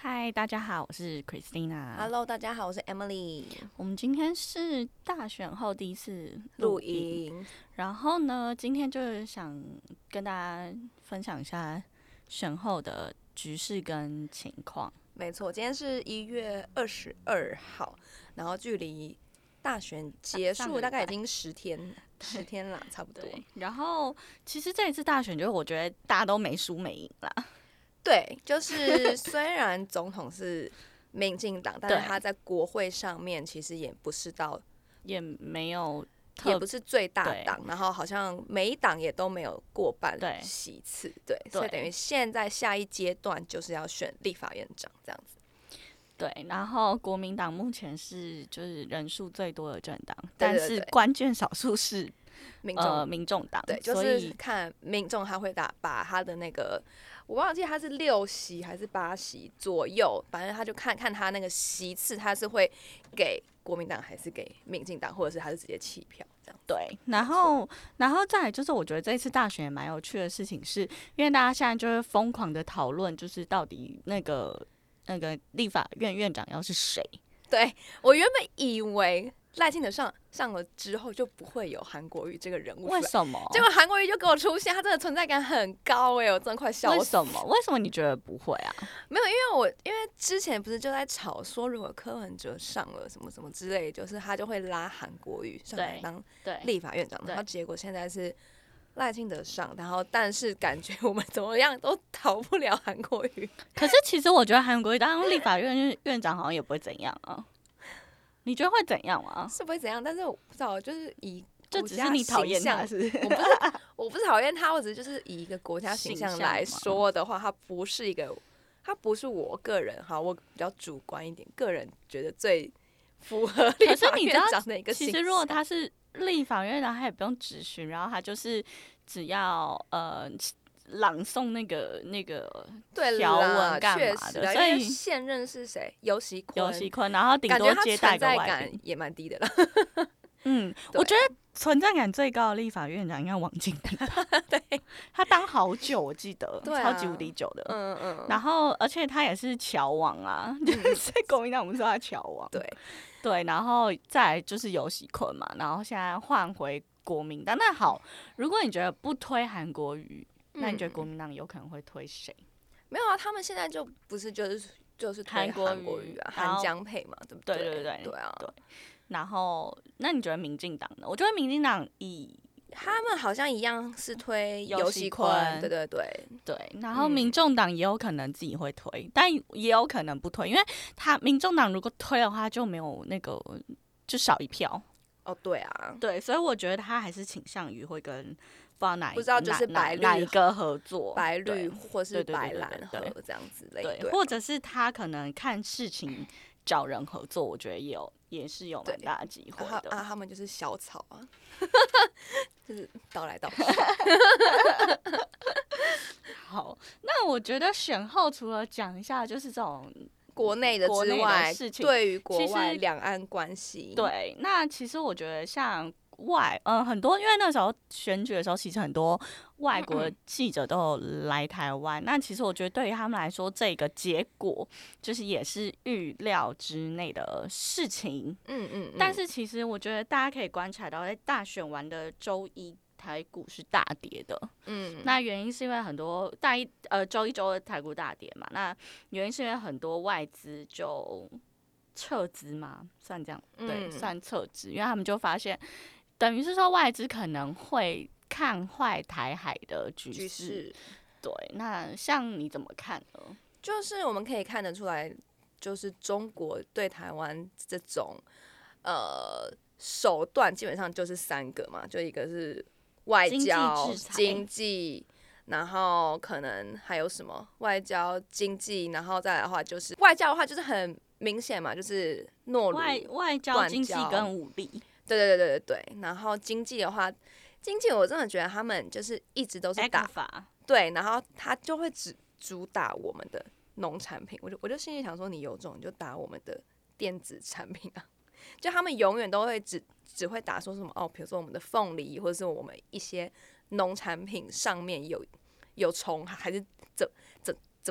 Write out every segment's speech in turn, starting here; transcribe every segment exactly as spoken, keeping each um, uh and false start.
嗨，大家好，我是 Christina。 Hello， 大家好，我是 Emily。 我们今天是大选后第一次录录音， 音， 然后呢，今天就是想跟大家分享一下选后的局势跟情况。 没错，今天是一月二十二号，然后距离大选结束大概已经十天，十天了，差不多。 然后其实这一次大选，就是我觉得大家都没输没赢啦。 对，就是虽然总统是民进党，但是他在国会上面其实也不是到， 也没有。 也不是最大党，然后好像每一党也都没有过半席次，对，对所以等于现在下一阶段就是要选立法院长这样子。 对，然后国民党目前是就是人数最多的政党， 对对对但是关键少数是民众、 呃、民众党， 对，就是看民众他会打把他的那个，我忘记他是六席还是八席左右，反正他就看看他那个席次，他是会给国民党还是给民进党，或者是他是直接弃票这样。 对，然后然后再来就是我觉得这一次大选也蛮有趣的事情是，因为大家现在就是疯狂的讨论，就是到底那个那个立法院院长要是谁？ 对，我原本以为赖清德上上了之后就不会有韩国瑜这个人物， 为什么？ 结果韩国瑜就给我出现，他真的存在感很高哎、欸，我真的快笑死。 为什么？为什么你觉得不会啊？ 没有，因为我因为之前不是就在吵说，如果柯文哲上了什么什么之类，就是他就会拉韩国瑜上来当立法院长，然后结果现在是赖清德上，然后但是感觉我们怎么样都逃不了韩国瑜。 可是其实我觉得韩国瑜当立法院院长好像也不会怎样啊。你觉得会怎样吗？ 是不会怎样，但是我不知道，就是以就只是你讨厌他是我不是我不是讨厌他，我只是就是以一个国家形象来说的话，他不是一个，他不是我个人哈，我比较主观一点，个人觉得最符合立法院长的一个形象。 其实如果他是立法院长，他也不用质询，然后他就是只要呃。朗诵那个那个条文干嘛的？ 所以现任是谁？游锡坤。 游锡坤，然后顶多接待个外宾， 也蛮低的了。 嗯，我觉得存在感最高的立法院长应该王金平。 对， 他当好久，我记得、啊、超级无敌久的。 嗯嗯。 然后，而且他也是侨王啊，嗯、就是国民党我们说他侨王。 对对，然后再来就是游锡坤嘛，然后现在换回国民党。那好，如果你觉得不推韩国瑜，那你觉得国民党有可能会推谁？ 嗯、没有啊，他们现在就不是就是就是推韩国瑜啊，韩江配嘛，对不对？ 对对对对啊， 对。然后，那你觉得民进党呢？我觉得民进党以他们好像一样是推游锡坤，对对对对。然后民众党也有可能自己会推，嗯、但也有可能不推，因为他民众党如果推的话，就没有那个就少一票。 哦，对啊， 对，所以我觉得他还是倾向于会跟。不知道哪一不知道就是白绿哪一个合作， 白绿或是白蓝合这样子类， 对，或者是他可能看事情找人合作，我觉得也有也是有蛮大的机会的。 啊，他们就是小草啊，就是倒来倒去。 好，那我觉得选后除了讲一下就是这种国内的之外， 事情对于国外两岸关系， 对，那其实我觉得像。外嗯，很多因为那时候选举的时候，其实很多外国记者都有来台湾。嗯、那其实我觉得对于他们来说，这个结果就是也是预料之内的事情。 嗯 嗯, 嗯。 但是其实我觉得大家可以观察到，在大选完的周一，台股是大跌的。嗯。那原因是因为很多大一呃周一周二台股大跌嘛，那原因是因为很多外资就撤资嘛，算这样对，嗯、算撤资，因为他们就发现。等于是说，外资可能会看坏台海的局势。局势对，那像你怎么看呢？ 就是我们可以看得出来，就是中国对台湾这种呃手段，基本上就是三个嘛，就一个是外交、经济，然后可能还有什么外交、经济，然后再来的话就是外交的话，就是很明显嘛，就是诺鲁外外交、经济跟武力。 对对对对对，然后经济的话，经济我真的觉得他们就是一直都是打法， 对，然后他就会只主打我们的农产品，我就我就心里想说，你有种你就打我们的电子产品啊，就他们永远都会只只会打说什么哦，比如说我们的凤梨，或者是我们一些农产品上面有有虫，还是怎怎怎么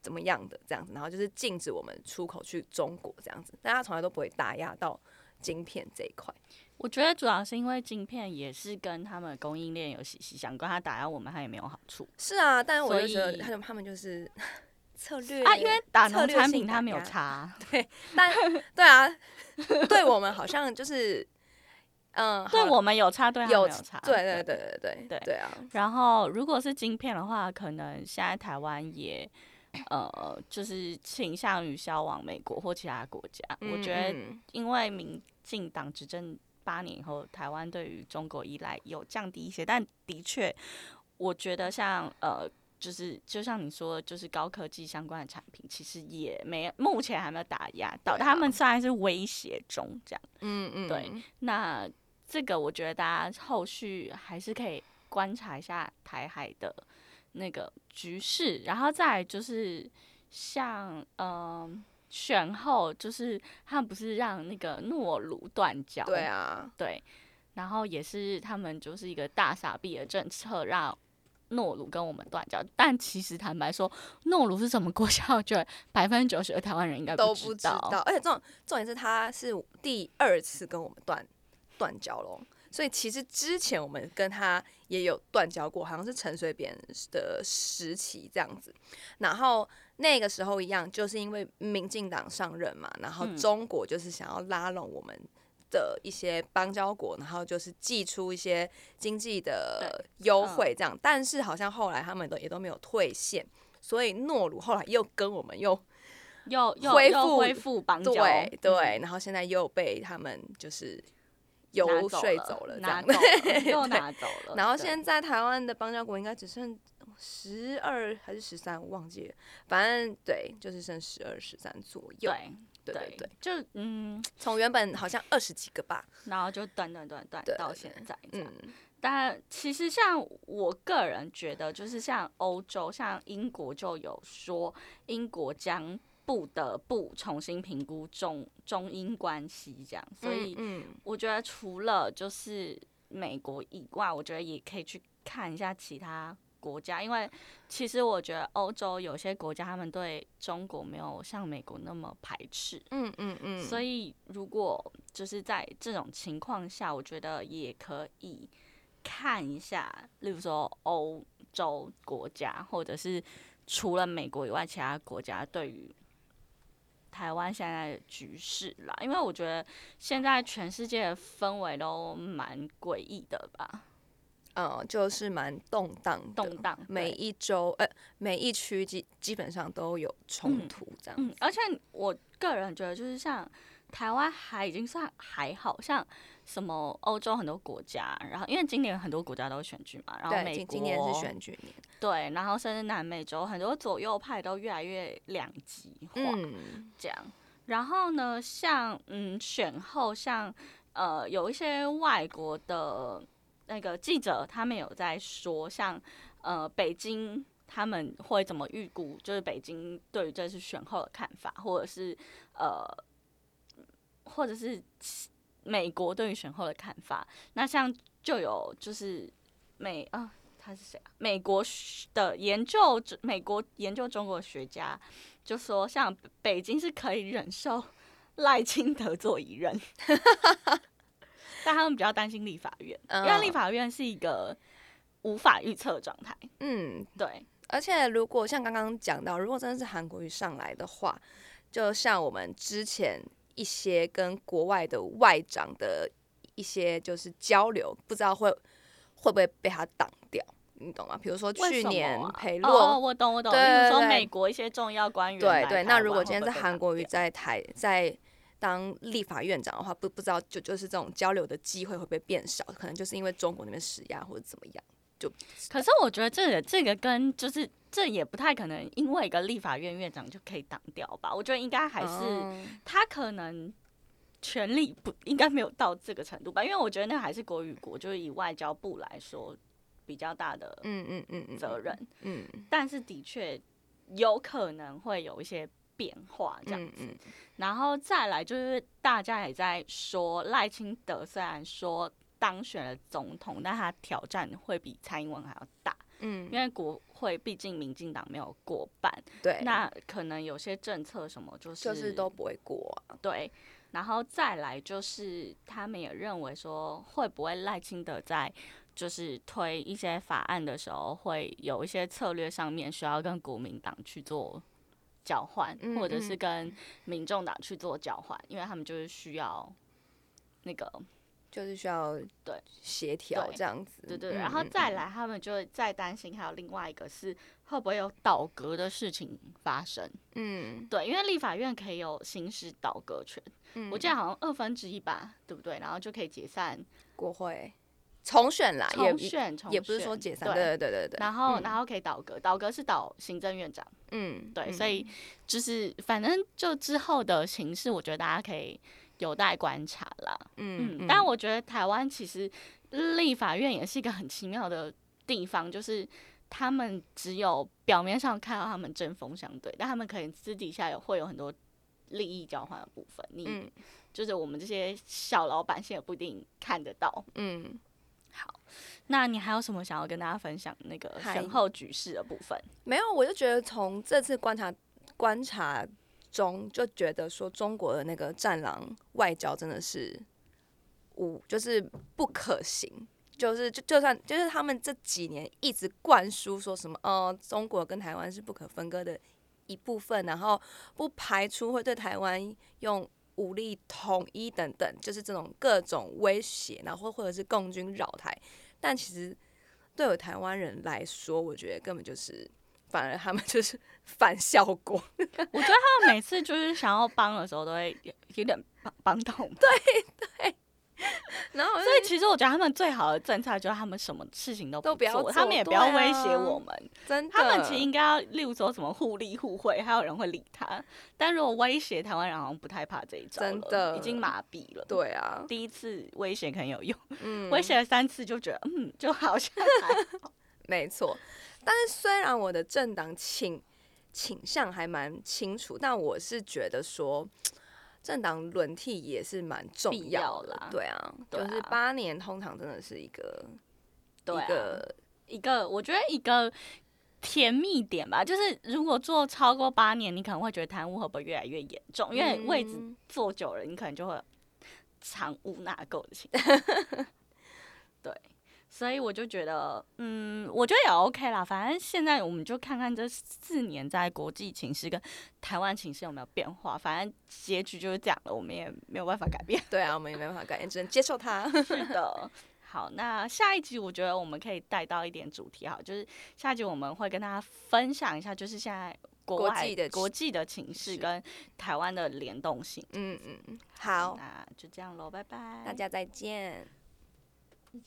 怎么样的这样子，然后就是禁止我们出口去中国这样子，但他从来都不会打压到晶片这一块。 我觉得主要是因为晶片也是跟他们供应链有息息相关，他打压我们，他也没有好处。 是啊，但是我就觉得他们他们就是策略啊，因为打农产品他没有差， 对，但对啊，对我们好像就是。嗯， 对我们有差，对他们有差， 对对对对对对对啊。 然后如果是晶片的话，可能现在台湾也呃，就是倾向于销往美国或其他国家。嗯、我觉得，因为民进党执政八年以后，台湾对于中国依赖有降低一些，但的确，我觉得像呃。就是就像你说的，就是高科技相关的产品，其实也没目前还没有打压到，他们虽然是威胁中这样。嗯嗯，对。那这个我觉得大家后续还是可以观察一下台海的那个局势，然后再来就是像嗯、呃、选后，就是他们不是让那个诺鲁断交？ 对啊， 对。然后也是他们就是一个大撒币的政策，让诺鲁跟我们断交，但其实坦白说，诺鲁是什么国家？我觉得百分之九十的台湾人应该都不知道。而且这种重点是，他是第二次跟我们断断交咯。所以其实之前我们跟他也有断交过，好像是陈水扁的时期这样子。然后那个时候一样，就是因为民进党上任嘛，然后中国就是想要拉拢我们的一些邦交国，然后就是祭出一些经济的优惠这样，嗯、但是好像后来他们都也都没有退现，所以诺鲁后来又跟我们又又恢复恢复邦交， 对对、嗯，然后现在又被他们就是游说走了， 拿走了，又拿走了。 然后现在台湾的邦交国应该只剩十二还是十三，我忘记了，反正对，就是剩十二、十三左右。 对。对对对，就嗯， 从原本好像二十几个吧， 然后就断断断断到现在这样。嗯、但其实像我个人觉得，就是像欧洲，像英国就有说，英国将不得不重新评估中中英关系这样。所以我觉得除了就是美国以外，我觉得也可以去看一下其他国家，因为其实我觉得欧洲有些国家他们对中国没有像美国那么排斥，嗯嗯嗯，所以如果就是在这种情况下，我觉得也可以看一下，例如说欧洲国家，或者是除了美国以外其他国家对于台湾现在的局势啦，因为我觉得现在全世界的氛围都蛮诡异的吧。 嗯，就是蛮动荡的， 动荡。 每一周，呃，每一区基基本上都有冲突这样子、嗯嗯。而且我个人觉得，就是像台湾还已经算还好，像什么欧洲很多国家，然后因为今年很多国家都选举嘛，然后美国今年是选举年， 对，然后甚至南美洲很多左右派都越来越两极化，嗯，这样。然后呢，像嗯选后，像呃有一些外国的。那个记者他们有在说，像呃北京他们会怎么预估，就是北京对于这次选后的看法，或者是呃或者是美国对于选后的看法。那像就有就是美啊，他是谁啊？美国的研究，美国研究中国学家就说，像北京是可以忍受赖清德做一任。但他们比较担心立法院，因为立法院是一个无法预测的状态。嗯，对。 而且如果像刚刚讲到，如果真的是韩国瑜上来的话，就像我们之前一些跟国外的外长的一些就是交流，不知道会会不会被他挡掉，你懂吗？比如说去年裴洛、 啊哦，我懂我懂。比如说美国一些重要官员， 对对。那如果今天是韩国瑜在台在。当立法院长的话，不不知道就就是这种交流的机会会不会变少？可能就是因为中国那边施压或者怎么样。就可是我觉得这个这个跟就是这也不太可能，因为一个立法院院长就可以挡掉吧？我觉得应该还是他可能权力不应该没有到这个程度吧？因为我觉得那还是国与国，就是以外交部来说比较大的嗯嗯嗯责任嗯，但是的确有可能会有一些。变化这样子，嗯嗯，然后再来就是大家也在说赖清德虽然说当选了总统，但他挑战会比蔡英文还要大，嗯，因为国会毕竟民进党没有过半， 对， 那可能有些政策什么就是就是都不会过啊。 对，然后再来就是他们也认为说，会不会赖清德在就是推一些法案的时候，会有一些策略上面需要跟国民党去做交换， 嗯、 或者是跟民众党去做交换，因为他们就是需要那个。 就是需要对协调这样子， 对对对，然后再来，他们就再担心还有另外一个是会不会有倒阁的事情发生。嗯，对，因为立法院可以有行使倒阁权，嗯，我记得好像二分之一吧，对不对？然后就可以解散国会，重选啦， 重选，重选也不是说解散，对对对对对。 然后、嗯、然后可以倒阁，倒阁是倒行政院长，嗯，对，嗯、所以就是反正就之后的形势，我觉得大家可以。有待观察啦，嗯嗯，但我觉得台湾其实立法院也是一个很奇妙的地方，就是他们只有表面上看到他们针锋相对，但他们可能私底下有会有很多利益交换的部分，你、嗯、就是我们这些小老百姓也不一定看得到，嗯，好，那你还有什么想要跟大家分享那个选后局势的部分？ 没有，我就觉得从这次观察观察。中就觉得说中国的那个战狼外交真的是无就是不可行，就是就就算就是他们这几年一直灌输说什么呃中国跟台湾是不可分割的一部分，然后不排除会对台湾用武力统一等等，就是这种各种威胁，然后或者是共军扰台，但其实对我台湾人来说，我觉得根本就是。反而他们就是反效果。 我觉得他们每次就是想要帮的时候，都会有点帮帮到我们。 对对。然后， 所以其实我觉得他们最好的政策就是他们什么事情都不做， 都不要做他们也不要威胁我们。 啊、真的， 他们其实应该要，例如说什么互利互惠，还有人会理他。但如果威胁台湾人，好像不太怕这一招了， 真的已经麻痹了。 对啊， 第一次威胁可能有用，嗯、威胁了三次就觉得嗯，就好像还好。 没错。但是虽然我的政党倾倾向还蛮清楚，但我是觉得说政党轮替也是蛮重要的。 要对啊，对啊，就是八年通常真的是一个对、啊、 一个一个，我觉得一个甜蜜点吧。就是如果做超过八年，你可能会觉得贪污会不会越来越严重？因为位置坐久了，你可能就会藏污纳垢的情况。对。所以我就觉得，嗯，我觉得也 OK 啦。反正现在我们就看看这四年在国际情势跟台湾情势有没有变化。反正结局就是这样了，我们也没有办法改变。 对啊，我们也没办法改变，只能接受它。 是的。好，那下一集我觉得我们可以带到一点主题，好，就是下一集我们会跟大家分享一下，就是现在国外国际的国际的情势跟台湾的联动性。 嗯嗯，好， 那就这样喽，拜拜， 大家再见。